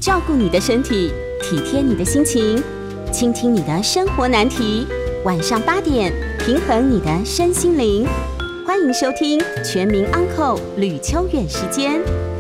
照顾你的身体，体贴你的心情，倾听你的生活难题。晚上8点，平衡你的身心灵。欢迎收听《全民安扣吕秋远时间》。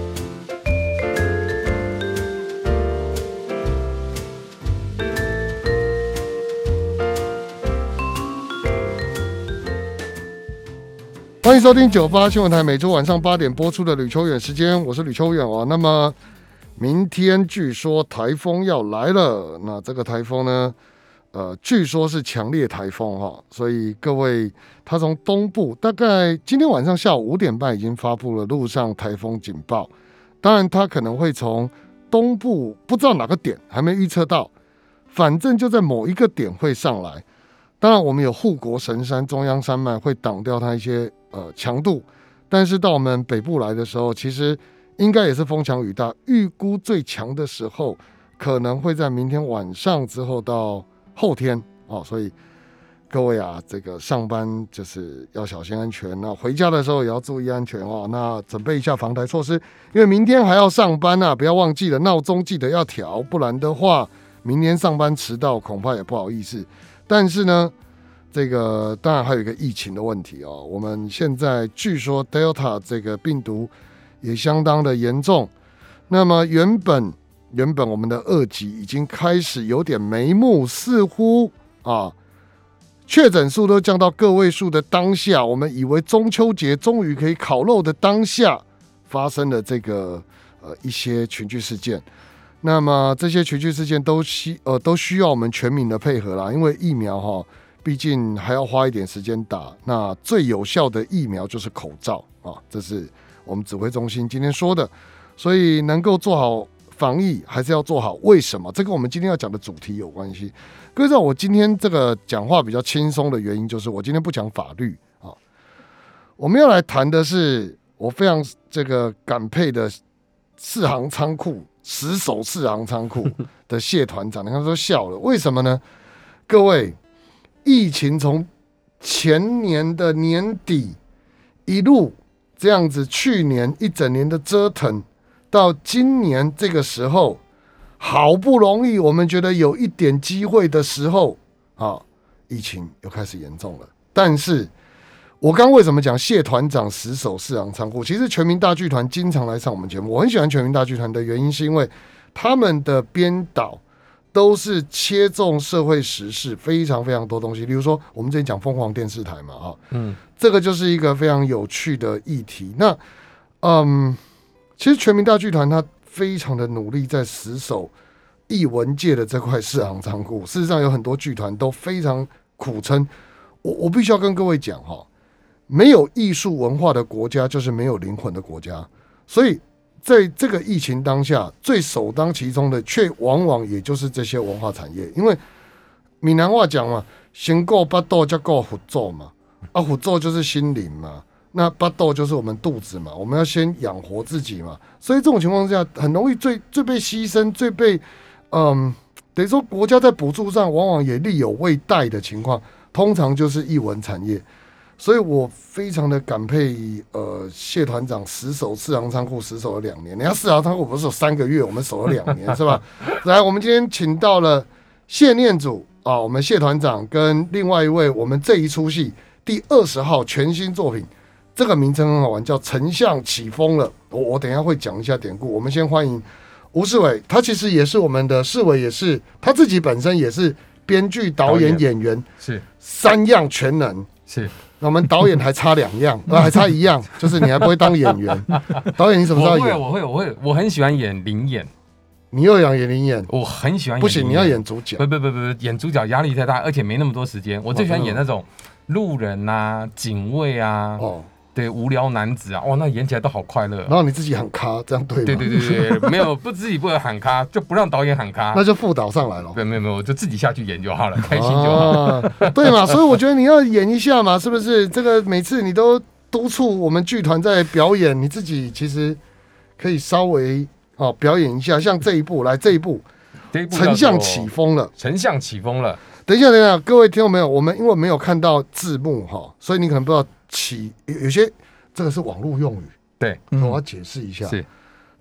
欢迎收听98新闻台每周晚上8点播出的吕秋远时间，我是吕秋远哦。那么明天据说台风要来了，那这个台风呢，据说是强烈台风哈，所以各位，它从东部大概今天晚上下午5点半已经发布了陆上台风警报，当然它可能会从东部不知道哪个点还没预测到，反正就在某一个点会上来。当然我们有护国神山中央山脉会挡掉它一些强度，但是到我们北部来的时候，其实应该也是风强雨大，预估最强的时候可能会在明天晚上之后到后天哦，所以各位啊，这个上班就是要小心安全，那回家的时候也要注意安全哦。那准备一下防台措施，因为明天还要上班啊，不要忘记了闹钟记得要调，不然的话明天上班迟到恐怕也不好意思。但是呢，这个当然还有一个疫情的问题哦，我们现在据说 Delta 这个病毒也相当的严重，那么原本我们的2级已经开始有点眉目，似乎啊确诊数都降到个位数的当下，我们以为中秋节终于可以烤肉的当下，发生了这个一些群聚事件。那么这些群聚事件都需要我们全民的配合啦，因为疫苗哈，毕竟还要花一点时间打。那最有效的疫苗就是口罩啊，这是我们指挥中心今天说的。所以能够做好防疫，还是要做好。为什么？这跟我们今天要讲的主题有关系。各位知道，我今天这个讲话比较轻松的原因，就是我今天不讲法律啊，我们要来谈的是我非常这个感佩的四行仓库。死守四行仓库的谢团长，你看都笑了，为什么呢？各位，疫情从前年的年底一路这样子，去年一整年的折腾，到今年这个时候，好不容易我们觉得有一点机会的时候啊，疫情又开始严重了。但是我刚为什么讲谢团长死守四行仓库？其实全民大剧团经常来上我们节目，我很喜欢全民大剧团的原因是因为他们的编导都是切中社会时事非常非常多东西，例如说我们之前讲凤凰电视台嘛，这个就是一个非常有趣的议题。那其实全民大剧团他非常的努力在死守艺文界的这块四行仓库，事实上有很多剧团都非常苦撑。我必须要跟各位讲哈。没有艺术文化的国家就是没有灵魂的国家，所以在这个疫情当下，最首当其冲的却往往也就是这些文化产业。因为闽南话讲嘛，先顾巴肚再顾佛祖嘛，佛祖就是心灵嘛，那巴肚就是我们肚子嘛，我们要先养活自己嘛，所以这种情况下很容易最被牺牲，最被等于说国家在补助上往往也力有未逮的情况，通常就是艺文产业。所以我非常的感佩谢团长死守四行仓库死守了2年，人家四行仓库不是有3个月，我们守了2年是吧？来，我们今天请到了谢念祖啊，我们谢团长跟另外一位我们这一出戏第20号全新作品，这个名称很好玩，叫丞相起风了。我等一下会讲一下典故。我们先欢迎吴世伟，他其实也是我们的世伟，也是他自己本身也是编剧、导演、演员，是3样全能。是，那我们导演还差2样，还差1样，就是你还不会当演员。导演你什么时候演？ 我会，我很喜欢演灵演。 你又想演灵演？ 我很喜欢演。 不行，你要演主角。 不，演主角压力太大，而且没那么多时间。我最喜欢演那种路人啊、警卫啊。对，无聊男子啊，那演起来都好快乐。 然后你自己喊咖，这样对吗？ 对，没有自己不能喊咖，就不让导演喊咖， 那就副导上来了。 没有，就自己下去演就好了，开心就好。 对嘛，所以我觉得你要演一下嘛，是不是？这个每次你都督促我们剧团在表演，你自己其实可以稍微表演一下，像这一部，丞相起风了， 丞相起风了。 等一下，各位听众朋友，因为我没有看到字幕所以你可能不知道有些这个是网络用语， 对， 我要解释一下。是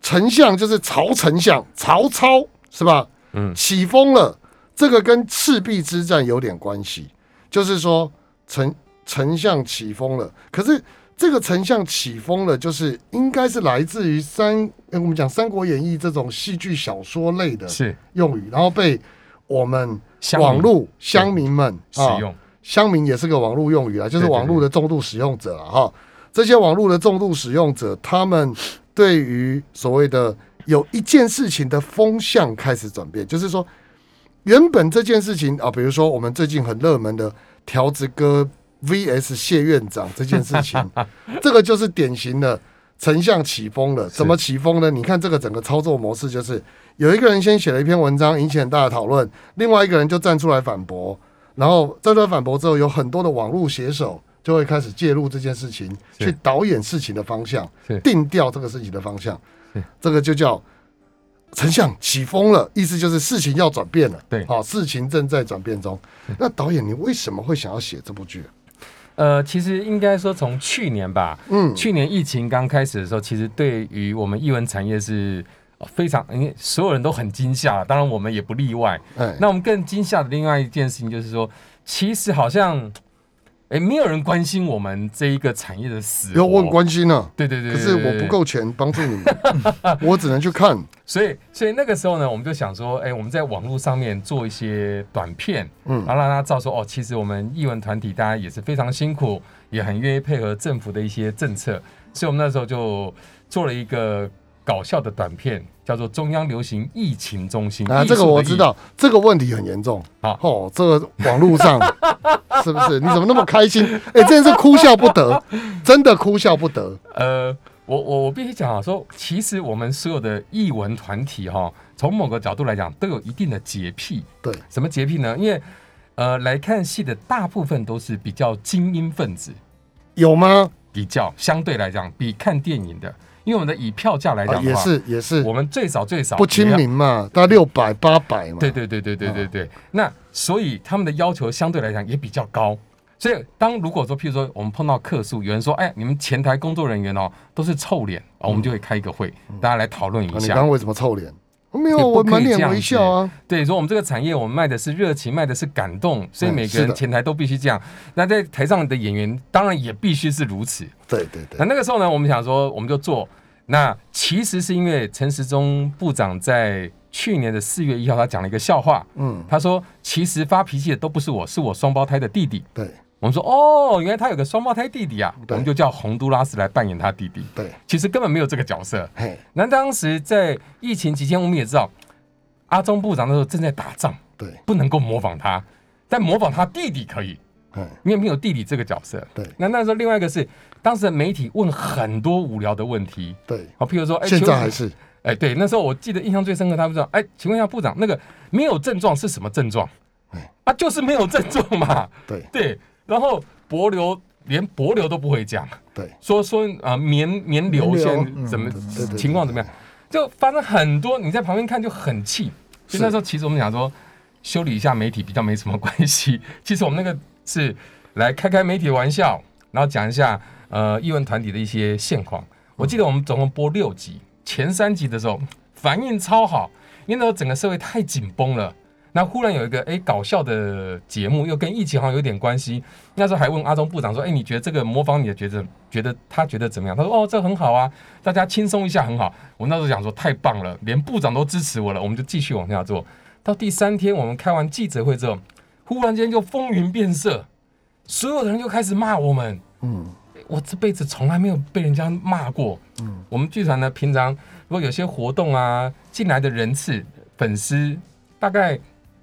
丞相就是曹丞相，曹操是吧？起风了，这个跟赤壁之战有点关系，就是说丞相起风了，可是这个丞相起风了，就是应该是来自于我们讲《三国演义》这种戏剧小说类的用语，然后被我们网络乡民们使用。 乡民也是个网络用语啊，就是网络的重度使用者哈。这些网络的重度使用者，他们对于所谓的有一件事情的风向开始转变，就是说，原本这件事情啊，比如说我们最近很热门的条子哥 VS 谢院长这件事情，这个就是典型的丞相起风了。怎么起风呢？你看这个整个操作模式，就是有一个人先写了一篇文章，引起很大的讨论，另外一个人就站出来反驳。然后站出来反驳之后，有很多的网络写手就会开始介入这件事情，去导演事情的方向，定调这个事情的方向。这个就叫丞相起风了，意思就是事情要转变了。对，好，事情正在转变中。那导演，你为什么会想要写这部剧？ 其实应该说从去年吧，去年疫情刚开始的时候，其实对于我们艺文产业是非常，因为所有人都很惊吓，当然我们也不例外。那我们更惊吓的另外一件事情就是说，其实好像没有人关心我们这一个产业的死活。 我很关心啊， 对， 可是我不够钱帮助你们，我只能去看。 所以那个时候呢，我们就想说，我们在网络上面做一些短片，然后让大家知道说，其实我们艺文团体大家也是非常辛苦，也很愿意配合政府的一些政策，所以我们那时候就做了一个搞笑的短片，叫做中央流行疫情中心。 这个我知道，这个问题很严重。这个网络上是不是？你怎么那么开心？真的是哭笑不得，真的哭笑不得。 我必须讲说，其实我们所有的艺文团体从某个角度来讲，都有一定的洁癖。 对， 什么洁癖呢？因为来看戏的大部分都是比较精英分子。 有吗？ 比较相对来讲，比看电影的。因为我们的以票价来讲的话， 也是， 我们最少不亲民嘛，大概600、800嘛。 对。那所以他们的要求相对来讲也比较高。所以如果说，譬如说我们碰到客诉，有人说，你们前台工作人员都是臭脸，我们就会开一个会，大家来讨论一下。 你刚刚为什么臭脸？没有，我满脸微笑啊。 对，说我们这个产业，我们卖的是热情，卖的是感动，所以每个人前台都必须这样。那在台上的演员当然也必须是如此。 对。 那个时候呢，我们想说，我们就做。那其实是因为陈时中部长在去年的4月1号，他讲了一个笑话。他说其实发脾气的都不是我，是我双胞胎的弟弟。 对， 我们说原来他有个双胞胎弟弟啊，我们就叫洪都拉斯来扮演他弟弟。 对， 其实根本没有这个角色。那当时在疫情期间，我们也知道阿中部长那时候正在打仗，对，不能够模仿他，但模仿他弟弟可以。因为没有弟弟这个角色。 对， 那时候另外一个是当时的媒体问很多无聊的问题。 对， 譬如说， 现在还是， 对，那时候我记得印象最深刻，他们说，请问一下部长，那个没有症状是什么症状？就是没有症状嘛。对，然后连帛琉都不会讲。 对， 说棉流现在怎么情况怎么样，就发生很多，你在旁边看就很气。所以那时候其实我们想说，修理一下媒体比较没什么关系。其实我们那个是来开媒体的玩笑，然后讲一下艺文团体的一些现况。我记得我们总共播6集，前3集的时候反应超好，因为那时候整个社会太紧绷了。那忽然有一个搞笑的节目，又跟疫情好像有点关系。那时候还问阿中部长说：“你觉得这个模仿你的他觉得怎么样？”他说：“这很好啊，大家轻松一下很好。”我那时候想说太棒了，连部长都支持我了，我们就继续往下做。到第3天，我们开完记者会之后，忽然间就风云变色，所有的人就开始骂我们。我这辈子从来没有被人家骂过。我们剧团呢，平常如果有些活动啊，进来的人次粉丝大概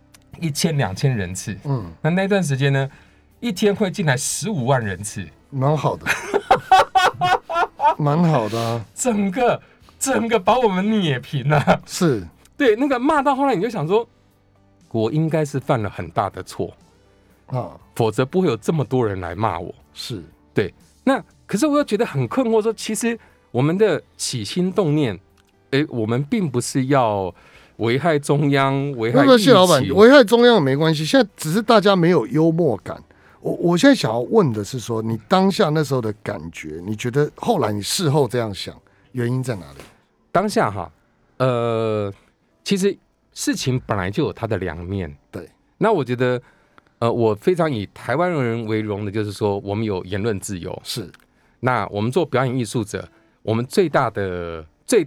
1000、2000人次。那段时间呢，一天会进来15万人次， 蛮好的，蛮好的啊。 整个把我们碾平了。 是。 对，那个骂到后来，你就想说，我应该是犯了很大的错否则不会有这么多人来骂我。 是， 对。那可是我又觉得很困惑，说其实我们的起心动念，我们并不是要危害中央、危害谢老板，危害中央也没关系，现在只是大家没有幽默感。我现在想要问的是说，你当下那时候的感觉，你觉得后来你事后这样想，原因在哪里？ 当下哈，其实事情本来就有它的两面。 对， 那我觉得，我非常以台湾人为荣的，就是说我们有言论自由。 是， 那我们做表演艺术者，我们最大的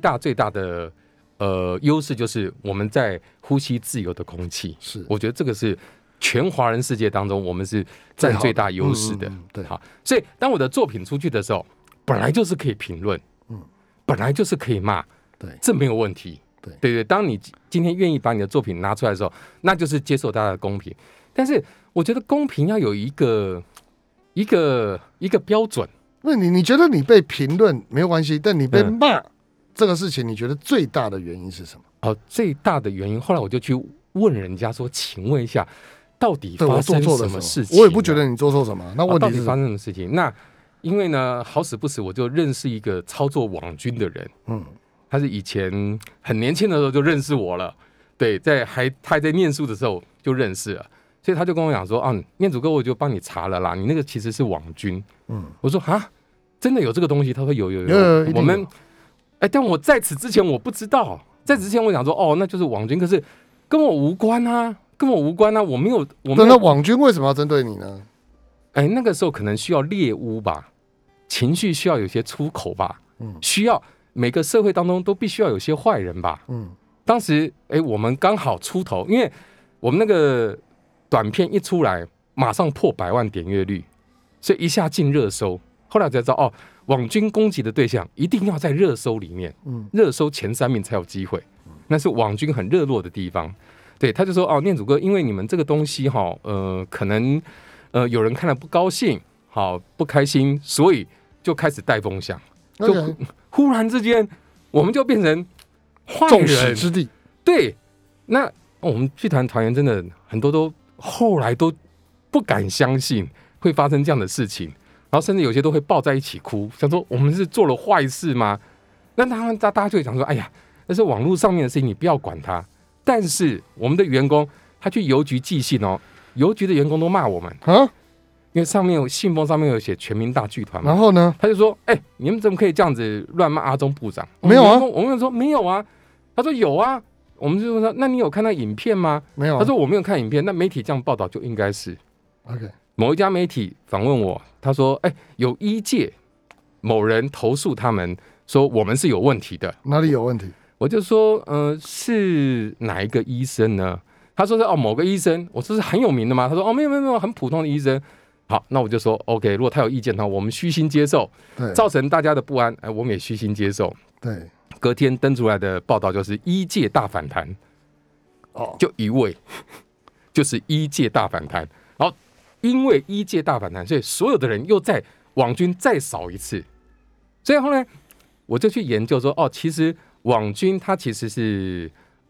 优势就是我们在呼吸自由的空气。 是， 我觉得这个是全华人世界当中我们是占最大优势的。 对， 好，所以当我的作品出去的时候，本来就是可以评论，本来就是可以骂， 对， 这没有问题。对，当你今天愿意把你的作品拿出来的时候，那就是接受大家的公平。但是我觉得公平要有一个标准。 那你觉得你被评论没有关系，但你被骂这个事情，你觉得最大的原因是什么？ 最大的原因，后来我就去问人家说，请问一下，到底发生什么事情？ 我也不觉得你做错什么。那问题是到底发生什么事情？那因为呢，好死不死，我就认识一个操作网军的人。他是以前很年轻的时候就认识我了，对，他还在念书的时候就认识了，所以他就跟我讲说，念祖哥，我就帮你查了啦，你那个其实是网军。我说啊，真的有这个东西？他说有，我们，但我在此之前我不知道，在此之前我想说，那就是网军，可是跟我无关啊，我没有。 那网军为什么要针对你呢？ 那个时候可能需要猎巫吧，情绪需要有些出口吧，需要。每个社会当中都必须要有些坏人吧。当时我们刚好出头，因为我们那个短片一出来，马上破100万点阅率，所以一下进热搜。后来才知道，网军攻击的对象一定要在热搜里面，热搜前3名才有机会，那是网军很热络的地方。对，他就说念祖哥，因为你们这个东西可能有人看了不高兴，不开心，所以就开始带风向。就忽然之间，我们就变成坏人，众矢之的。 对，那我们剧团团员真的很多都后来都不敢相信会发生这样的事情，然后甚至有些都会抱在一起哭，想说我们是做了坏事吗？那大家就会讲说，哎呀，那是网络上面的事情，你不要管它。但是我们的员工他去邮局寄信邮局的员工都骂我们因为上面信封上面有写全民大剧团嘛， 然后呢， 他就说：“你们怎么可以这样子乱骂阿中部长？” 没有啊， 我们说没有啊，他说有啊，我们就问他：“那你有看那影片吗？” 没有、啊， 他说：“我没有看影片。”那媒体这样报道就应该是 OK。 某一家媒体访问我，他说：“有医界某人投诉他们说我们是有问题的， 哪里有问题？” 我就说：“是哪一个医生呢？”他说是某个医生。我说是很有名的吗？他说没有，很普通的医生。好，那我就说 OK， 如果他有意见的话，我们虚心接受。对，造成大家的不安，我们也虚心接受。 对， 隔天登出来的报道就是医界大反弹。就一位，就是医界大反弹。然后因为医界大反弹，所以所有的人又在网军再扫一次。所以后来我就去研究说，其实网军它其实是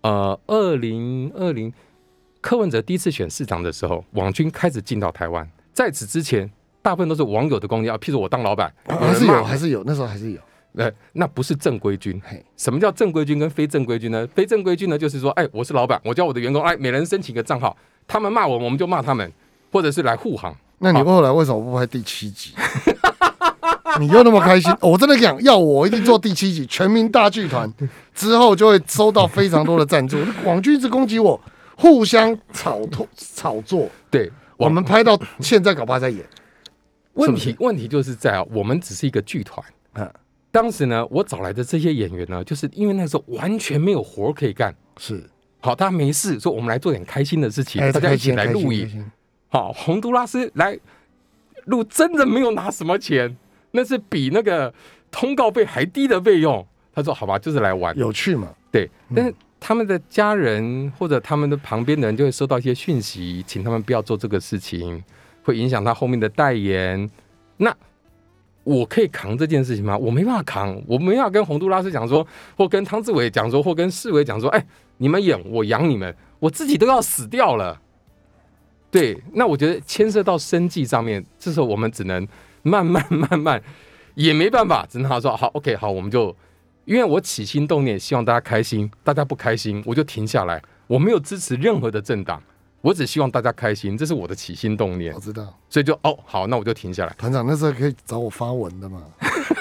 2020柯文哲第一次选市长的时候，网军开始进到台湾。在此之前，大部分都是网友的攻击譬如我当老板， 还是有，那时候还是有。 那不是正规军。什么叫正规军跟非正规军呢？非正规军呢，就是说，我是老板，我叫我的员工，每人申请个账号，他们骂我们就骂他们，或者是来护航。 那你后来为什么不拍第7集？你又那么开心？我真的讲，要我一定做第7集《全民大剧团》，之后就会收到非常多的赞助。网军一直攻击我，互相炒作。 对。 我们拍到现在搞不好在演。 问题就是在我们只是一个剧团。当时呢，我找来的这些演员呢，就是因为那时候完全没有活可以干。 是。 好，大家没事，说我们来做点开心的事情，大家一起来录影。好，洪都拉斯来录，真的没有拿什么钱，那是比那个通告费还低的费用。他说：“好吧，就是来玩， 有趣嘛。” 对，但是他们的家人或者他们的旁边的人就会收到一些讯息，请他们不要做这个事情，会影响他后面的代言。那我可以扛这件事情吗？我没办法扛，我没办法跟洪都拉斯讲说，或跟汤志伟讲说，或跟世伟讲说，你们演我养你们，我自己都要死掉了。对，那我觉得牵涉到生计上面，这时候我们只能慢慢，也没办法，只能说好 ，OK， 好，我们就。因为我起心动念希望大家开心，大家不开心我就停下来，我没有支持任何的政党，我只希望大家开心，这是我的起心动念。 我知道， 所以就好，那我就停下来。 团长那时候可以找我发文的嘛，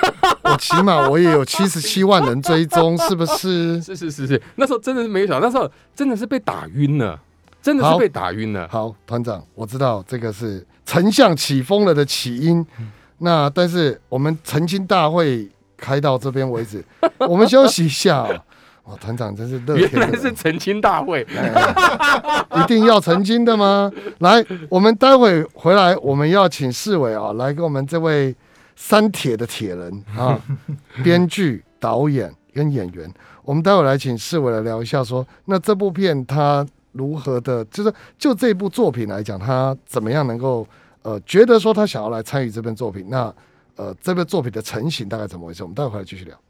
我起码我也有77万人追踪，是不是？ 是，那时候真的是没想到，那时候真的是被打晕了，真的是被打晕了。 好，团长，我知道这个是丞相起风了的起因，那但是我们澄清大会开到这边为止，我们休息一下哦，团长真是乐天的人， 原来是澄清大会， 一定要澄清的吗？来，我们待会回来，我们要请世伟来跟我们这位三铁的铁人编剧、导演跟演员，我们待会来请世伟来聊一下说，那这部片他如何的，就这部作品来讲，他怎么样能够觉得说他想要来参与这部作品，那这部作品的成型大概怎么回事？我们待会回来继续聊。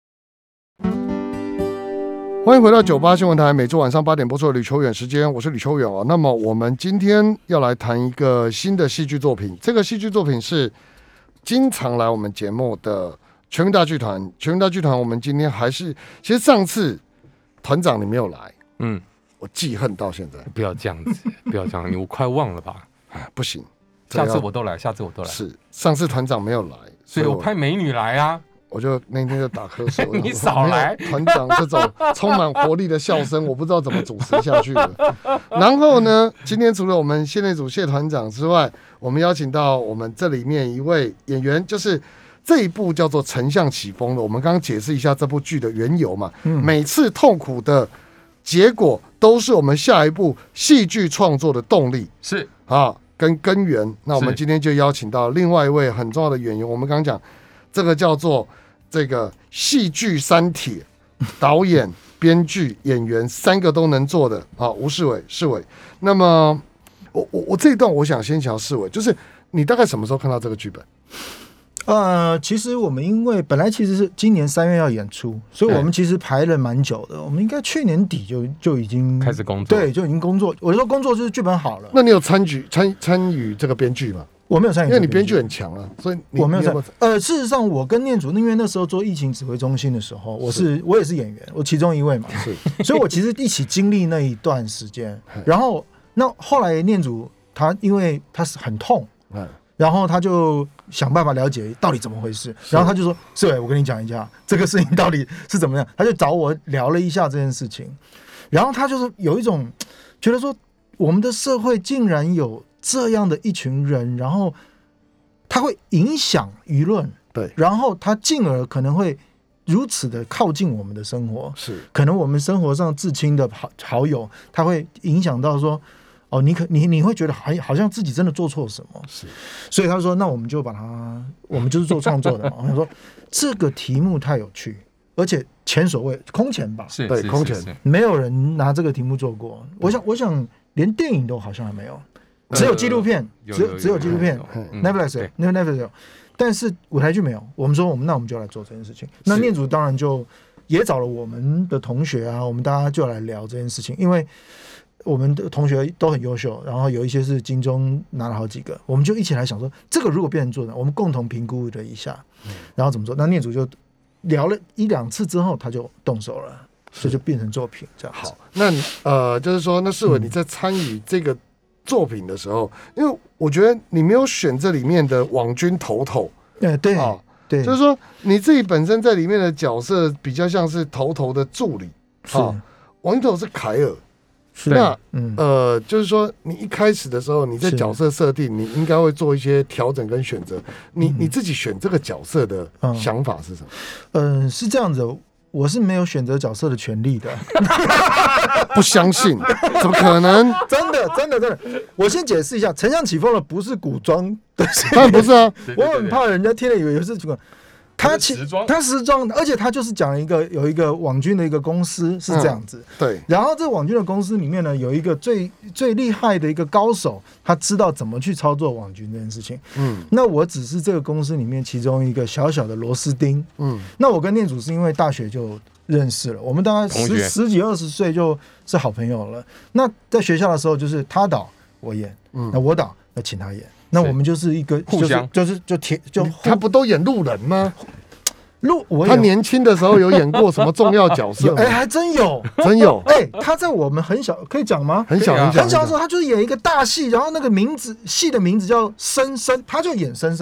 欢迎回到98新闻台，每周晚上8点播出的吕秋远时间，我是吕秋远那么我们今天要来谈一个新的戏剧作品，这个戏剧作品是经常来我们节目的全民大剧团。全民大剧团，我们今天还是，其实上次团长你没有来，我记恨到现在。 不要这样子，不要这样，我快忘了吧？ 不行， 下次我都来。 是上次团长没有来， 所以我派美女来啊。 我就那天就打瞌睡。 你少来！ 团长这种充满活力的笑声，我不知道怎么主持下去的。然后呢，今天除了我们谢内主谢团长之外，我们邀请到我们这里面一位演员，就是这一部叫做《丞相起风了》。我们刚刚解释一下这部剧的缘由嘛。每次痛苦的结果都是我们下一部戏剧创作的动力， 是跟根源。那我们今天就邀请到另外一位很重要的演员，我们刚刚讲这个叫做这个戏剧三铁，导演、编剧、演员三个都能做的吴世伟，世伟。那么我这一段我想先讲世伟，就是你大概什么时候看到这个剧本？ 其实我们因为本来其实是今年3月要演出，所以我们其实排了蛮久的。我们应该去年底就已经开始工作， 对，就已经工作。我说工作就是剧本好了。 那你有参与这个编剧吗？ 我没有参与， 因为你编剧很强啊，所以我没有参与。事实上，我跟念祖，因为那时候做疫情指挥中心的时候，我也是演员，我其中一位嘛，所以我其实一起经历那一段时间。然后那后来念祖他因为他是很痛，然后他就想办法了解到底怎么回事，然后他就说：“世伟，我跟你讲一下这个事情到底是怎么样。”他就找我聊了一下这件事情，然后他就是有一种觉得说，我们的社会竟然有这样的一群人，然后他会影响舆论， 对，然后他进而可能会如此的靠近我们的生活， 是可能我们生活上至亲的好友，他会影响到说，你会觉得好像自己真的做错什么， 是， 所以他说，那我们就是做创作的嘛。他说这个题目太有趣，而且前所未空前吧， 对，空前， 没有人拿这个题目做过。我想连电影都好像还没有。只有纪录片，只有纪录片 ，Netflix 有，但是舞台剧没有。我们说那我们就来做这件事情。那念祖当然就也找了我们的同学我们大家就来聊这件事情，因为我们的同学都很优秀，然后有一些是金钟拿了好几个，我们就一起来想说，这个如果变成做的，我们共同评估了一下，然后怎么做。那念祖就聊了1-2次之后，他就动手了，所以就变成作品这样子。 好，那就是说，那世伟你在参与这个作品的时候，因为我觉得你没有选这里面的网军头， 对， 就是说你自己本身在里面的角色比较像是头的助理，网军头是凯尔，那就是说你一开始的时候你在角色设定，你应该会做一些调整跟选择，你自己选这个角色的想法是什么？ 是这样子。我是没有选择角色的权利的， 不相信，怎么可能？ 真的，我先解释一下，丞相起风了不是古装的， 当然不是啊， 我很怕人家听了以为是这个。他时装，而且他就是讲有一个网军的一个公司是这样子， 对。 然后这网军的公司里面呢，有一个最厉害的一个高手，他知道怎么去操作网军这件事情。那我只是这个公司里面其中一个小小的螺丝钉。那我跟念祖是因为大学就认识了，我们大概十几20岁就是好朋友了。那在学校的时候，就是他导我演，那我导那请他演。那我们就是一个互相， 他不都演路人吗？ 他年轻的时候有演过什么重要角色？ 还真有。他在我们很小，可以讲吗？ 很小的时候，他就是演一个大戏，然后那个戏的名字叫生生，他就演生生。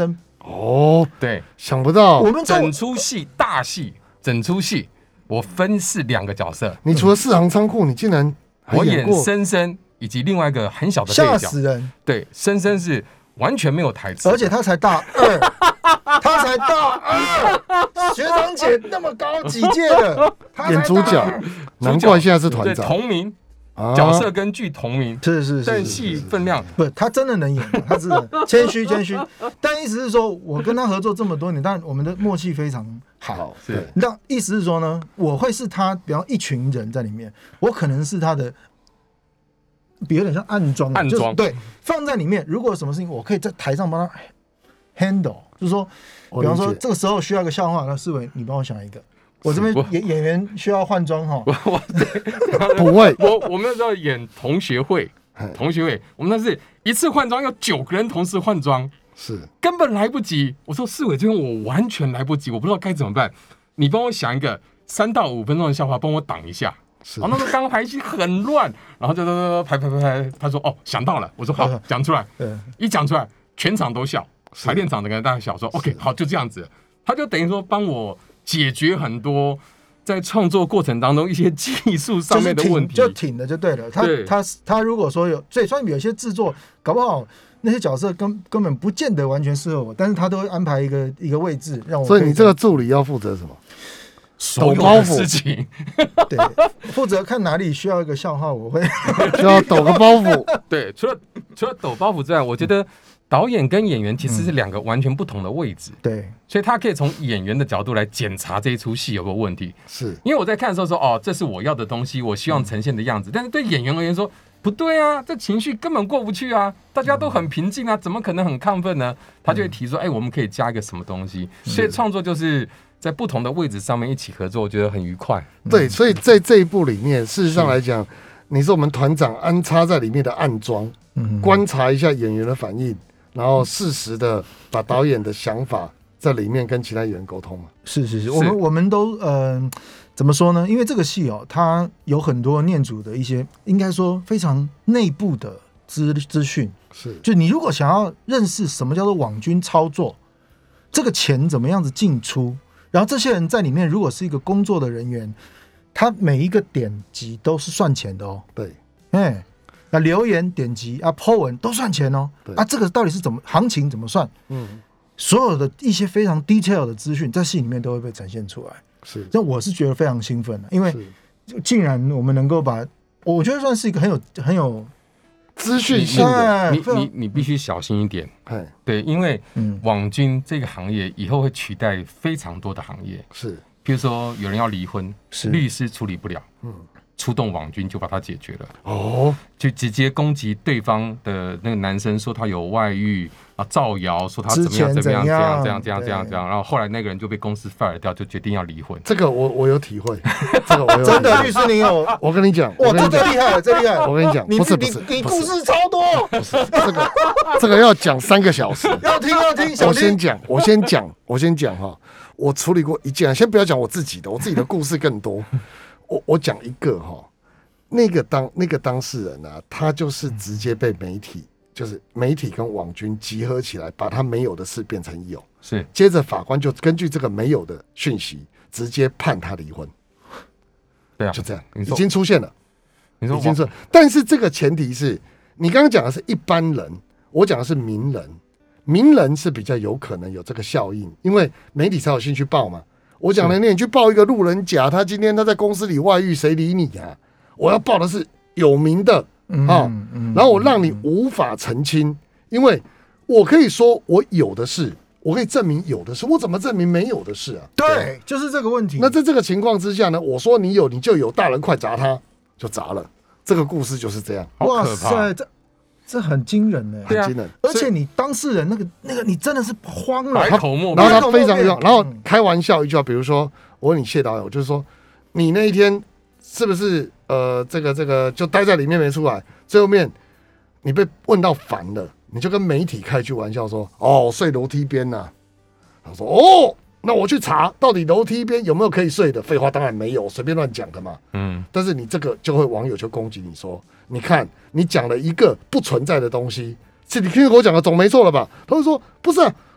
哦， 对， 想不到我们整出戏大戏，整出戏我分饰2个角色。 你除了4行仓库，你竟然还我演过深深以及另外一个很小的配角， 吓死人。 对，深深是完全没有台词， 而且他才大2，他才大2，学长姐那么高几届了，他才演主角大2， 难怪现在是团长， 同名啊角色跟剧同名， 是， 但戏分量不，他真的能演，他是谦虚。但意思是说，我跟他合作这么多年，但我们的默契非常好。 是， 那意思是说呢，我会是他，比方一群人在里面，我可能是他的，比有点像暗装，就是对，放在里面。如果有什么事情，我可以在台上帮他 handle， 就是说，比方说这个时候需要一个笑话，那世伟你帮我想一个。我这边演员需要换装哈， 不会， 我们那时候演同学会，我们那是一次换装要9个人同时换装， 是根本来不及。我说世伟这边我完全来不及，我不知道该怎么办，你帮我想一个3到5分钟的笑话，帮我挡一下。然后那时候刚排戏很乱，然后就排，他说哦想到了，我说好讲出来，一讲出来全场都笑，排练场的人大家笑说 OK 好就这样子，他就等于说帮我解决很多在创作过程当中一些技术上面的问题， 就挺的就对了。他如果说所以有些制作搞不好那些角色根本不见得完全适合我，但是他都会安排一个位置让我。 所以你这个助理要负责什么？ 所有的事情， 对，负责看哪里需要一个笑话，我会需要抖个包袱。 对，除了抖包袱之外，我觉得导演跟演员其实是2个完全不同的位置， 对， 所以他可以从演员的角度来检查这一出戏有没有问题。 是因为我在看的时候说，哦，这是我要的东西，我希望呈现的样子，但是对演员而言说，不对啊，这情绪根本过不去啊，大家都很平静啊，怎么可能很亢奋呢？他就会提说，我们可以加一个什么东西，所以创作就是在不同的位置上面一起合作，我觉得很愉快。 对，所以在这一部里面，事实上来讲，你是我们团长安插在里面的暗装，观察一下演员的反应，然后适时的把导演的想法在里面跟其他演员沟通嘛。 是，我们都怎么说呢？因为这个戏它有很多念祖的一些，应该说非常内部的资讯。 是， 就你如果想要认识什么叫做网军操作，这个钱怎么样子进出，然后这些人在里面如果是一个工作的人员，他每一个点击都是算钱的哦。 对， 那留言点击啊 po 文都算钱哦。啊，这个到底是行情怎么算？所有的一些非常 detail 的资讯在戏里面都会被展现出来。 是， 那我是觉得非常兴奋的，因为竟然我们能够把，我觉得算是一个很有资讯性的， 你必须小心一点。对，因为网军这个行业以后会取代非常多的行业。 是， 比如说有人要离婚，律师处理不了，出动网军就把他解决了。哦，就直接攻击对方的那个男生，说他有外遇啊，造谣说他怎么样，然后后来那个人就被公司 fire 掉，就决定要离婚。 这个我有体会，这个我有真的律师您有？ 我跟你讲， 哇，这厉害，这厉害！ 我跟你讲，不是， 你故事超多， 不是这个要讲3个小时， 要听。 我先讲哈，我处理过一件，先不要讲我自己的，我自己的故事更多。我讲一个哈，那个当事人啊，他就是直接被媒体跟网军集合起来，把他没有的事变成有。 是， 接着法官就根据这个没有的讯息，直接判他离婚。 对啊， 就这样，已经出现了。 你说已经是，但是这个前提是你刚刚讲的是一般人，我讲的是名人。名人是比较有可能有这个效应，因为媒体才有兴趣报嘛。我讲的你去报一个路人甲，他今天他在公司里外遇，谁理你啊？我要报的是有名的然后我让你无法澄清，因为我可以说我有的是，我可以证明有的是，我怎么证明没有的是啊？ 对，就是这个问题。 那在这个情况之下呢，我说你有，你就有，大人快砸他，就砸了。这个故事就是这样。 哇塞， 这很惊人呢， 很惊人。 而且你当事人那个，你真的是慌了， 百口莫辩。然后他非常然后开玩笑一句话，比如说我问你谢导演，我就是说你那一天是不是这个就待在里面没出来，最后面你被问到烦了，你就跟媒体开句玩笑说睡楼梯边呐。他说那我去查到底楼梯边有没有可以睡的？废话当然没有，随便乱讲的嘛。但是你这个就会网友就攻击你说，你看你讲了一个不存在的东西，是你听我讲的总没错了吧？他会说不是啊，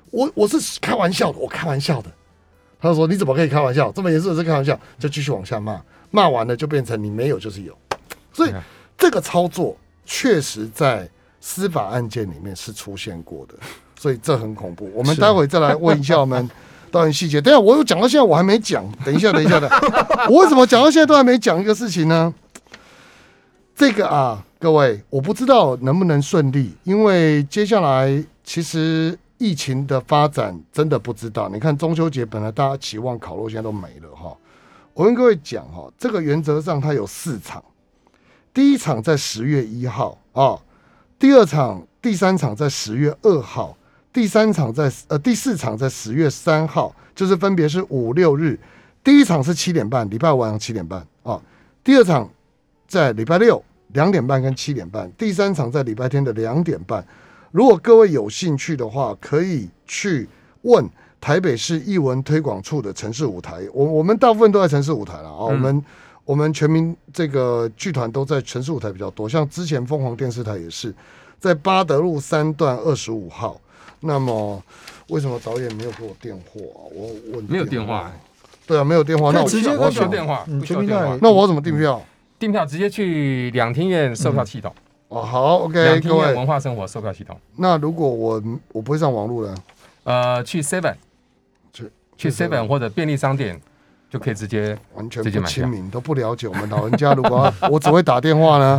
我是开玩笑的，我开玩笑的。他说你怎么可以开玩笑？这么严肃的是开玩笑，就继续往下骂，骂完了就变成你没有就是有。所以这个操作确实在司法案件里面是出现过的，所以这很恐怖。我们待会再来问一下我们导演细节。等一下我有讲到现在我还没讲，等一下，我为什么讲到现在都还没讲一个事情呢？这个啊，各位，我不知道能不能顺利，因为接下来其实疫情的发展真的不知道。你看中秋节本来大家期望烤肉，现在都没了哈。我跟各位讲哈，这个原则上它有4场，第一场在10月1号啊，第2场、第3场在10月2号，第4场在10月3号，就是分别是5、6日。第一场是7点半，礼拜五晚上7点半啊。第2场在礼拜六2点半跟7点半，第3场在礼拜天的2点半。如果各位有兴趣的话，可以去问台北市艺文推广处的城市舞台。我们大部分都在城市舞台了啊。我们全民这个剧团都在城市舞台比较多，像之前凤凰电视台也是在八德路3段25号。那么为什么导演没有给我电话我问没有电话。 对啊，没有电话，那我直接不需要电话， 那我怎么订票？ 订票直接去两厅院售票系统。 好 ，OK， 各位文化生活售票系统。 那如果我不会上网络呢？ 去 Seven， 去 Seven 或者便利商店就可以直接完全不亲民，都不了解我们老人家。如果我只会打电话呢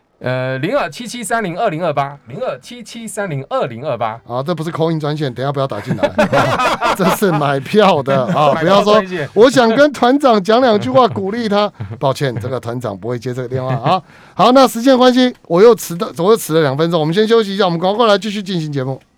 ？0277302028，0277302028。 啊，这不是 call in 专线，等一下不要打进来，这是买票的啊！不要说我想跟团长讲2句话鼓励他，抱歉，这个团长不会接这个电话啊。好，那时间关系，我又迟了2分钟，我们先休息一下，我们赶快来继续进行节目。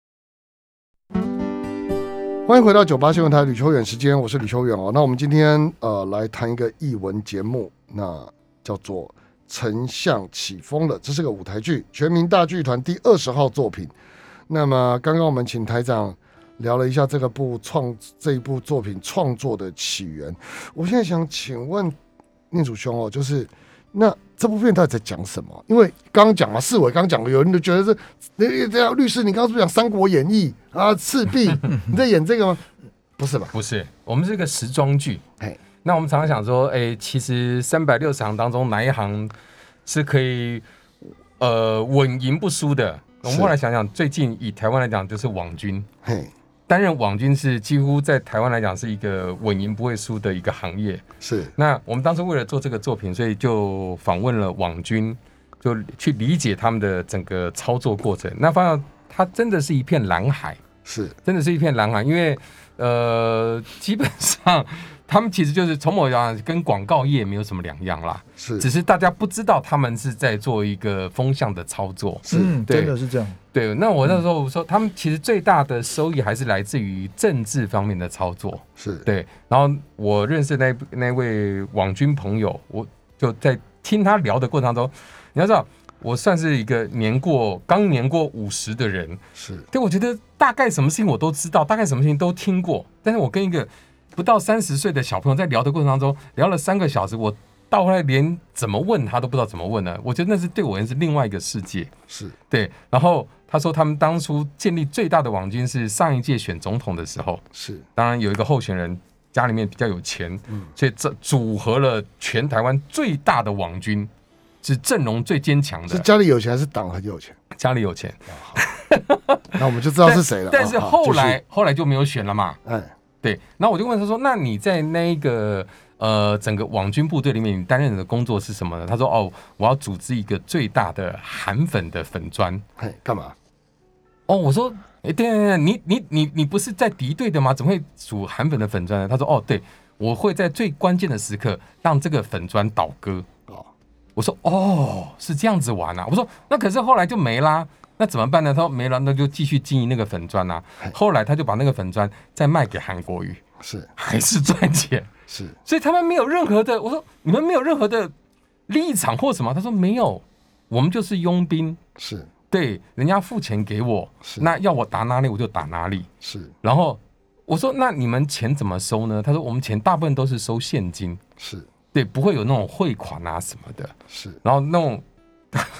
欢迎回到98新闻台吕秋远时间，我是吕秋远哦。那我们今天来谈一个艺文节目，那叫做丞相起风了，这是个舞台剧，全民大剧团第20号作品。那么刚刚我们请台长聊了一下这一部作品创作的起源。我现在想请问念祖兄哦，就是那这部片到底在讲什么？因为刚刚讲嘛，世伟刚讲，有人就觉得是律师，你刚刚是不是讲《三国演义》啊？赤壁，你在演这个吗？不是吧？ 不是，我们是一个时装剧。那我们常常想说，其实360行当中哪一行是可以稳赢不输的？我们后来想想，最近以台湾来讲，就是网军。担任网军是几乎在台湾来讲是一个稳赢不会输的一个行业。 是。 那我们当初为了做这个作品，所以就访问了网军，就去理解他们的整个操作过程。那发现它真的是一片蓝海。 是。 真的是一片蓝海，因为基本上他们其实就是从某样跟广告业没有什么两样啦， 是， 只是大家不知道他们是在做一个风向的操作， 真的是这样。 对，那我那时候说，他们其实最大的收益还是来自于政治方面的操作， 是对。然后我认识那位网军朋友，我就在听他聊的过程当中，你要知道，我算是一个刚年过50的人， 是对，我觉得大概什么事情我都知道，大概什么事情都听过，但是我跟一个不到30岁的小朋友在聊的过程当中，聊了3个小时，我到后来连怎么问他都不知道怎么问呢。我觉得那是对我而言是另外一个世界， 是对。 然后他说他们当初建立最大的网军是上一届选总统的时候， 是当然有一个候选人家里面比较有钱，所以这组合了全台湾最大的网军，是阵容最坚强的。 是家里有钱还是党很有钱？ 家里有钱。 那我们就知道是谁了。 但是后来就没有选了嘛。对。然后我就问他说：“那你在那一个整个网军部队里面，你担任的工作是什么呢？”他说：“哦，我要组织一个最大的韩粉的粉专。” 干嘛？ 哦，我说：“对，你不是在敌对的吗？怎么会组韩粉的粉专呢？”他说：“哦，对，我会在最关键的时刻让这个粉专倒戈。”我说：“哦，是这样子玩啊。”我说：“那可是后来就没啦。”那怎么办呢？他说没了，那就继续经营那个粉专啊。后来他就把那个粉专再卖给韩国瑜， 是还是赚钱， 是。所以他们没有任何的，我说你们没有任何的立场或什么？他说没有，我们就是佣兵， 是对，人家付钱给我，那要我打哪里我就打哪里， 是。 然后我说那你们钱怎么收呢？他说我们钱大部分都是收现金， 是对， 不会有那种汇款啊什么的， 是。 然后那种。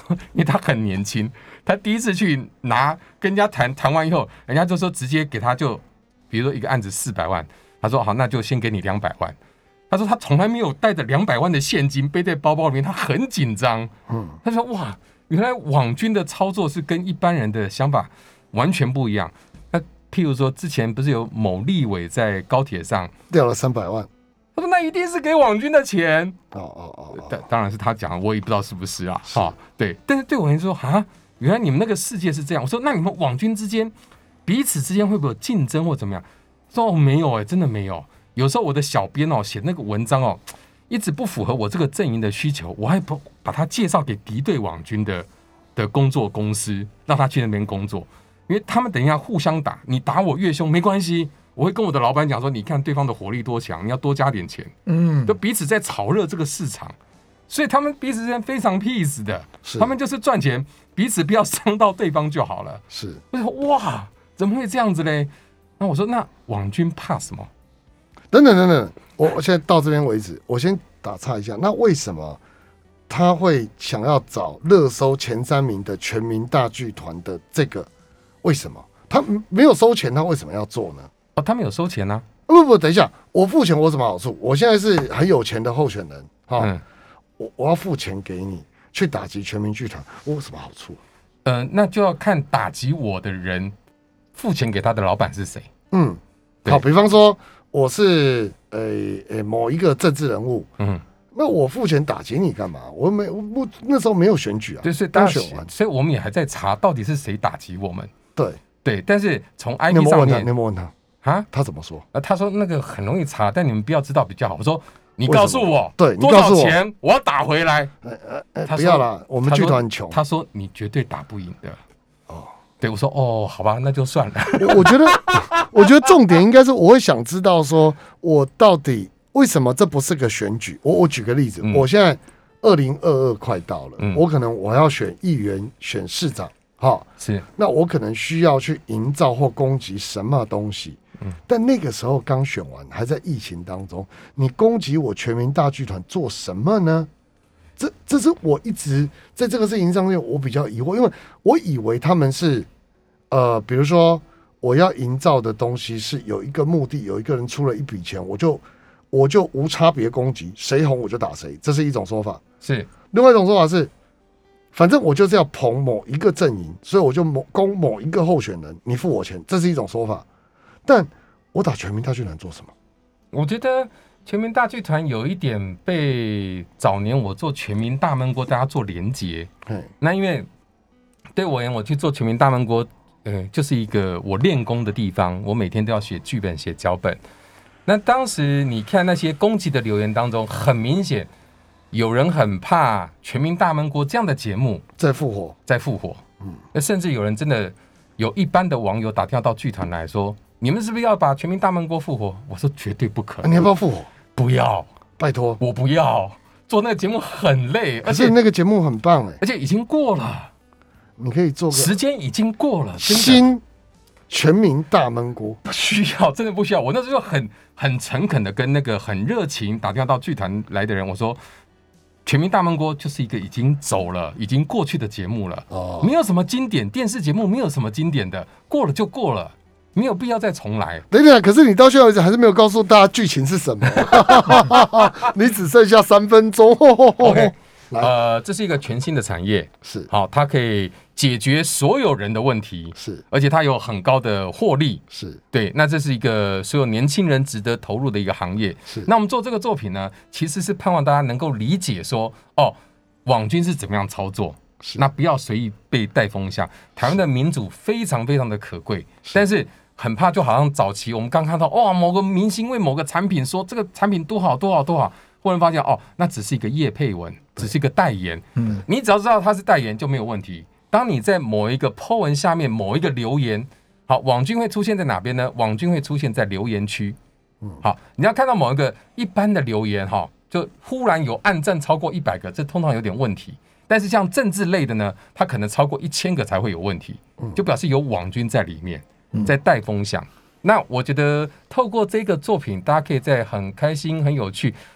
因为他很年轻，他第一次去跟人家谈完以后，人家就说直接给他就，比如说一个案子400万，他说好，那就先给你200万。他说他从来没有带着200万的现金背在包包里面，他很紧张。他说哇，原来网军的操作是跟一般人的想法完全不一样。那譬如说之前不是有某立委在高铁上掉了300万， 他说那一定是给网军的钱。当然是他讲，我也不知道是不是啊。对，但是对我来说原来你们那个世界是这样。我说那你们网军之间彼此之间会不会有竞争或怎么样？说没有真的没有。有时候我的小编写那个文章一直不符合我这个阵营的需求，我还把他介绍给敌对网军的工作公司，让他去那边工作，因为他们等一下互相打，你打我越凶没关系，我会跟我的老板讲说，你看对方的火力多强，你要多加点钱，就彼此在炒热这个市场，所以他们彼此之间非常 peace 的，他们就是赚钱，彼此不要伤到对方就好了。 是， 我说哇，怎么会这样子嘞？那我说那网军怕什么？ 等等，我现在到这边为止，我先打岔一下。那为什么他会想要找热搜前3名的全民大剧团的这个？为什么他没有收钱？他为什么要做呢？ 他没有收钱啊！ 不，等一下，我付钱我有什么好处？我现在是很有钱的候选人我要付钱给你去打击全民剧团，我有什么好处？ 那就要看打击我的人付钱给他的老板是谁。 好，比方说。我是某一个政治人物，那我付钱打击你干嘛？我那时候没有选举啊， 对，所以刚选完，所以我们也还在查到底是谁打击我们。对，但是从 IP 上面， 你有没有问他他怎么说？ 他说那个很容易查，但你们不要知道比较好。我说你告诉我， 对， 多少钱我要打回来。 不要啦，我们剧团很穷。 他说你绝对打不赢的。对，我说好吧，那就算了。 我觉得重点应该是我会想知道说，我到底为什么这不是个选举？我举个例子，我现在2022快到了，我可能我要选议员、选市长， 是， 那我可能需要去营造或攻击什么东西？但那个时候刚选完，还在疫情当中，你攻击我全民大剧团做什么呢？这是我一直在这个事情上面我比较疑惑，因为我以为他们是比如说我要营造的东西是有一个目的，有一个人出了一笔钱，我就无差别攻击，谁红我就打谁，这是一种说法。 是， 另外一种说法是，反正我就是要捧某一个阵营，所以我就攻某一个候选人，你付我钱，这是一种说法。但我打全民大剧团做什么？ 我觉得全民大剧团有一点被早年我做全民大闷锅大家做连结。那因为对我而言，我去做全民大闷锅就是一个我练功的地方，我每天都要写剧本、写脚本。那当时你看那些攻击的留言当中，很明显有人很怕全民大闷锅这样的节目再复活。 那甚至有人真的有一般的网友打电话到剧团来说，你们是不是要把全民大闷锅复活？我说绝对不可能。 你要不要复活？ 不要， 拜托， 我不要。做那个节目很累， 而且那个节目很棒而且已经过了。 你可以做个时间已经过了， 新全民大闷锅不需要，真的不需要。我那时候很诚恳的跟那个很热情打电话到剧团来的人，我说全民大闷锅就是一个已经走了、已经过去的节目了，没有什么经典电视节目，没有什么经典的，过了就过了，没有必要再重来。 等等，可是你到现在为止还是没有告诉大家剧情是什么，你只剩下3分钟。 OK， 这是一个全新的产业， 是好，它可以解决所有人的问题， 是， 而且它有很高的获利， 是对。那这是一个所有年轻人值得投入的一个行业。 是。 那我们做这个作品呢，其实是盼望大家能够理解说，网军是怎么样操作，那不要随意被带风向。台湾的民主非常非常的可贵，但是很怕就好像早期我们刚看到某个明星为某个产品说这个产品多好多好多好，忽然发现那只是一个业配文，只是一个代言。你只要知道它是代言就没有问题。当你在某一个 po 文下面某一个留言，好，网军会出现在哪边呢？网军会出现在留言区。好，你要看到某一个一般的留言，就忽然有按赞超过100个，这通常有点问题。但是像政治类的呢，它可能超过1000个才会有问题，就表示有网军在里面，在带风向。那我觉得透过这个作品，大家可以在很开心、很有趣，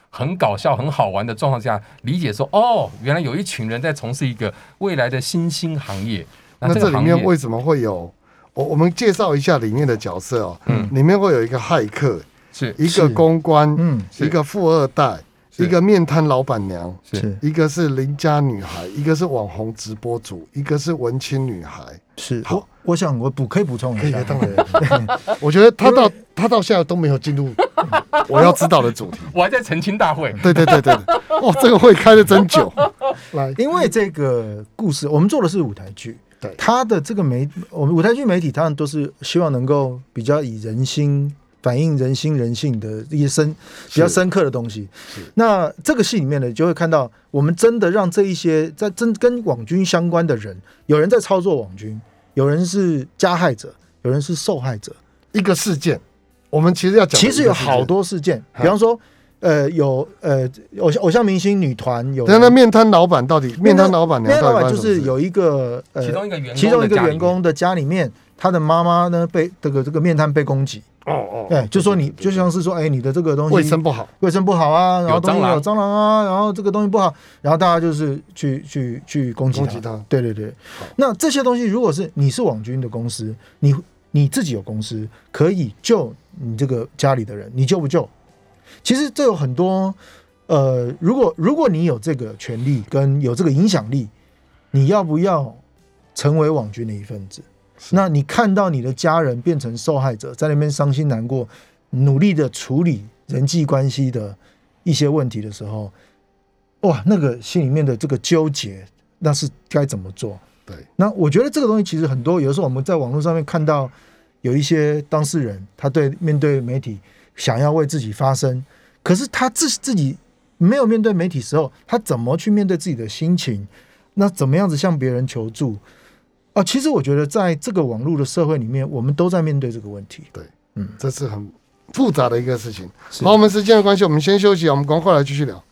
很搞笑、很好玩的状况下，理解说，哦，原来有一群人在从事一个未来的新兴行业。 那这里面为什么会有？我们介绍一下里面的角色哦。里面会有一个骇客， 是一个公关，一个富二代，一个面摊老板娘，一个是邻家女孩，一个是网红直播主，一个是文青女孩。 是，我想我可以补充一下， 当然，我觉得他到现在都没有进入我要知道的主题， 我还在澄清大会。 对，哇，这个会开的真久。来， 因为这个故事，我们做的是舞台剧。 对， 他的这个我们舞台剧媒体，当然都是希望能够比较以人心反映人心人性的一些比较深刻的东西。那这个戏里面呢，就会看到我们真的让这一些在跟网军相关的人，有人在操作网军，有人是加害者，有人是受害者。 一个事件，我们其实要讲， 其实有好多事件，比方说。有偶像明星女团有， 那面摊老板到底面摊老板就是有一个其中一个员工的家里面，他的妈妈呢被这个面摊被攻击。对，就说你就像是说，你的这个东西卫生不好啊，然后东西有蟑螂啊，然后这个东西不好，然后大家就是去攻击他。对，那这些东西，如果是你是网军的公司，你自己有公司可以救你这个家里的人，你救不救？其实这有很多，如果你有这个权利跟有这个影响力，你要不要成为网军的一份子？那你看到你的家人变成受害者，在那边伤心难过，努力的处理人际关系的一些问题的时候，哇，那个心里面的这个纠结，那是该怎么做？ 对， 那我觉得这个东西其实很多，有的时候我们在网络上面看到有一些当事人，他面对媒体。想要为自己发声，可是他自己没有面对媒体时候，他怎么去面对自己的心情？那怎么样子向别人求助？其实我觉得在这个网络的社会里面，我们都在面对这个问题。 对，这是很复杂的一个事情。好，我们时间的关系，我们先休息，我们赶快来继续聊。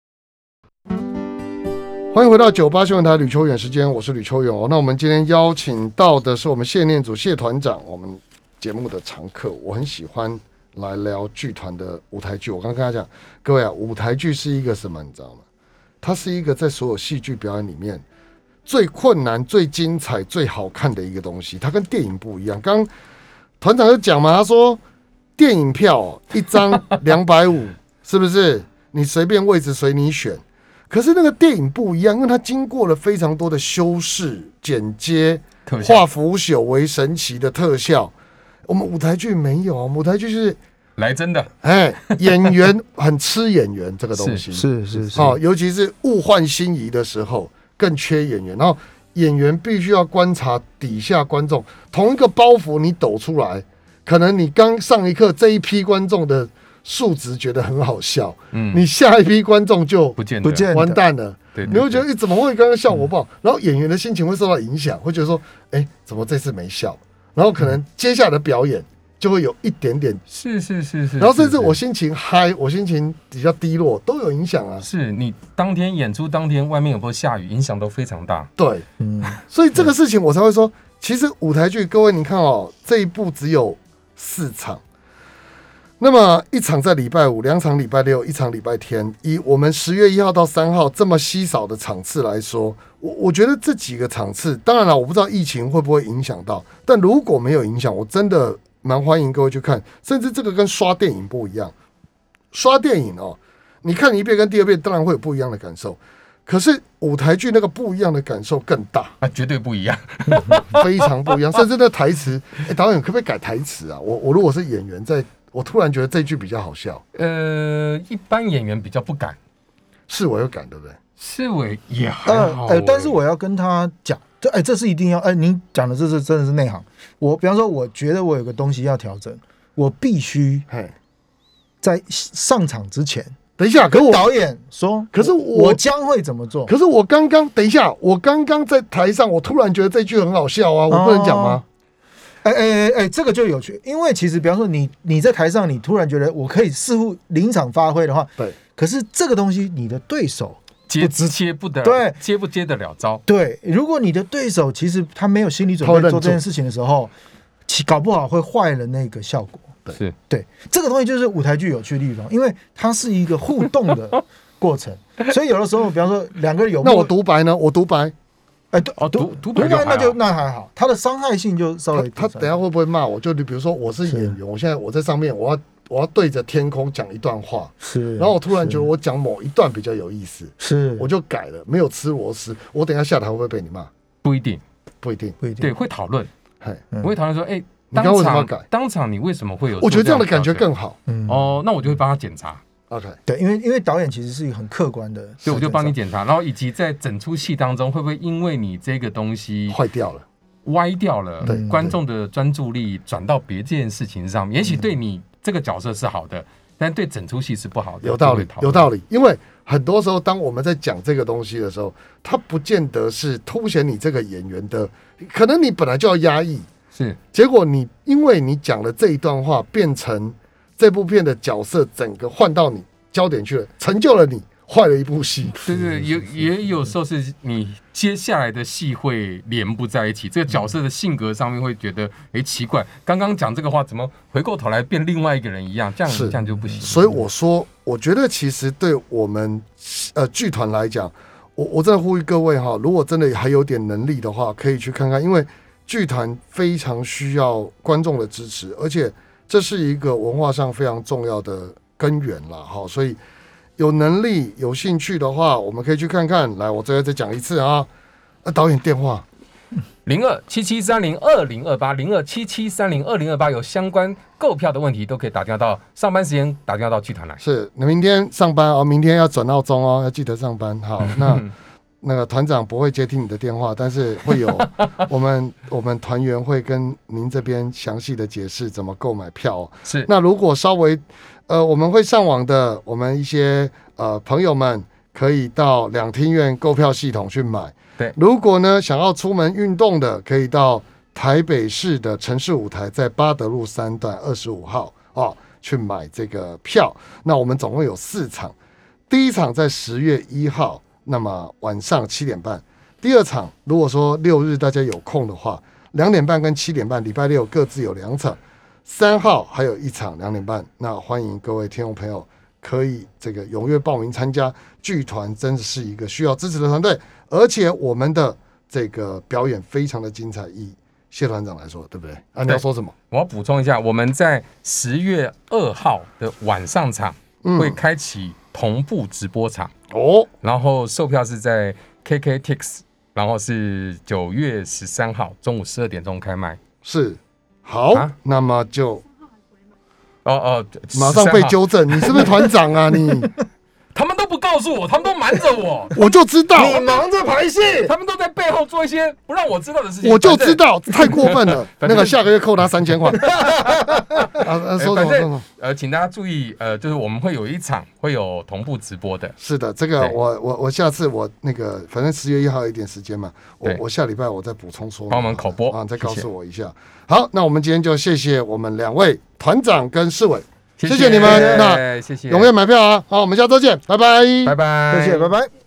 欢迎回到98新闻台吕秋远时间，我是吕秋远。那我们今天邀请到的是我们谢念祖谢团长，我们节目的常客，我很喜欢。来聊剧团的舞台剧，我刚刚跟他讲，各位啊，舞台剧是一个什么，你知道吗？它是一个在所有戏剧表演里面最困难、最精彩、最好看的一个东西。它跟电影不一样。刚团长就讲嘛，他说电影票一张250，是不是？你随便位置随你选。可是那个电影不一样，因为它经过了非常多的修饰、剪接、化腐朽为神奇的特效。我们舞台剧没有，舞台剧是来真的， 演员很吃演员这个东西， 是， 尤其是物换星移的时候更缺演员，然后演员必须要观察底下观众，同一个包袱你抖出来，可能你刚上一课这一批观众的数值觉得很好笑，你下一批观众就不见完蛋了，你会觉得怎么会刚刚效果不好，然后演员的心情会受到影响，会觉得说，怎么这次没笑？然后可能接下来的表演就会有一点点是， 然后甚至我心情嗨，我心情比较低落都有影响啊。 是你当天演出当天外面有没有下雨，影响都非常大。 对，所以这个事情我才会说，其实舞台剧，各位你看这一部只有4场，那么1场在礼拜5，2场礼拜6，1场礼拜天。以我们10月1号到3号这么稀少的场次来说，我觉得这几个场次，当然了，我不知道疫情会不会影响到，但如果没有影响，我真的蛮欢迎各位去看。甚至这个跟刷电影不一样，刷电影你看1遍跟第2遍当然会有不一样的感受，可是舞台剧那个不一样的感受更大， 绝对不一样， 非常不一样。甚至那台词，导演可不可以改台词啊？我如果是演员，我突然觉得这句比较好笑。 一般演员比较不敢， 是我有敢，对不对？ 是我也还好， 但是我要跟他讲，这是一定要，您讲的这是真的是内行。比方说，我觉得我有个东西要调整，我必须在上场之前， 等一下， 跟导演说， 可是我将会怎么做？ 可是等一下，我刚刚在台上，我突然觉得这句很好笑啊，我不能讲吗？ 这个就有趣，因为其实比方说你在台上，你突然觉得我可以似乎临场发挥的话， 对， 可是这个东西你的对手接不接得了招？ 对，如果你的对手其实他没有心理准备做这件事情的时候，搞不好会坏了那个效果。 是对，这个东西就是舞台剧有趣的地方，因为它是一个互动的过程，所以有的时候，比方说两个人有那我独白呢？我独白， 独白那还好，它的伤害性就稍微他等一下会不会骂我？就你比如说我是演员，我现在我在上面，我要对着天空讲一段话， 是， 然后我突然觉得我讲某一段比较有意思， 是， 我就改了，没有吃螺丝。我等一下下台会不会被你骂？ 不一定， 对， 会讨论， 我会讨论说， 你刚为什么要改？ 当场你为什么会有？ 我觉得这样的感觉更好。 那我就会帮他检查。 OK， 对，因为导演其实是一个很客观的， 所以我就帮你检查，然后以及在整出戏当中，会不会因为你这个东西坏掉了、 歪掉了，观众的专注力转到别件事情上面，也许对你这个角色是好的，但对整出戏是不好的。 有道理，因为很多时候当我们在讲这个东西的时候，它不见得是凸显你这个演员的，可能你本来就要压抑， 是， 结果你因为你讲了这一段话，变成这部片的角色整个换到你焦点去了，成就了你，坏了一部戏。 对，也有时候是你接下来的戏会连不在一起，这个角色的性格上面会觉得奇怪，刚刚讲这个话怎么回过头来变另外一个人一样，这样就不行。 所以我说，我觉得其实对我们剧团来讲，我真的呼吁各位哈，如果真的还有点能力的话，可以去看看，因为剧团非常需要观众的支持，而且这是一个文化上非常重要的根源啦，哈，所以有能力、有兴趣的话，我们可以去看看。来，我最后再讲一次啊，导演电话 02-7730-2028，02-7730-2028，有相关购票的问题都可以打电话到上班时间打电话到剧团来。 是，你明天上班哦，明天要转闹钟哦，要记得上班。好，那个团长不会接听你的电话，但是会有我们团员会跟您这边详细的解释怎么购买票哦。 是， 那如果稍微我们会上网的，我们一些朋友们可以到两厅院购票系统去买。 对， 如果呢想要出门运动的，可以到台北市的城市舞台，在八德路3段25号去买这个票。那我们总共有4场，第一场在10月1号。那么晚上7点半，第二场如果说6日大家有空的话，2点半跟7点半，礼拜六各自有2场，3号还有1场2点半。那欢迎各位听众朋友可以这个踊跃报名参加，剧团真是一个需要支持的团队，而且我们的这个表演非常的精彩。以谢团长来说，对不对？你要说什么？ 我要补充一下，我们在10月2号的晚上场会开启同步直播场然后售票是在 KKTix， 然后是9月13号中午12点钟开卖。 是，好，那么就马上被纠正，你是不是团长啊？你他们都不告诉我，他们都瞒着我， 我就知道你忙着排戏， 他们都在背后做一些不让我知道的事情， 我就知道，太过分了。那个下个月扣他3000块。说什么？ 请大家注意，就是我们会有一场会有同步直播的。 是的，这个我下次我那个反正10月1号有一点时间嘛，我下礼拜我再补充说明， 帮我们口播再告诉我一下。好，那我们今天就谢谢我们2位团长跟世伟。谢谢你们，那谢谢， 踊跃买票啊！好，我们下周见，拜拜， 拜拜， 谢谢，拜拜。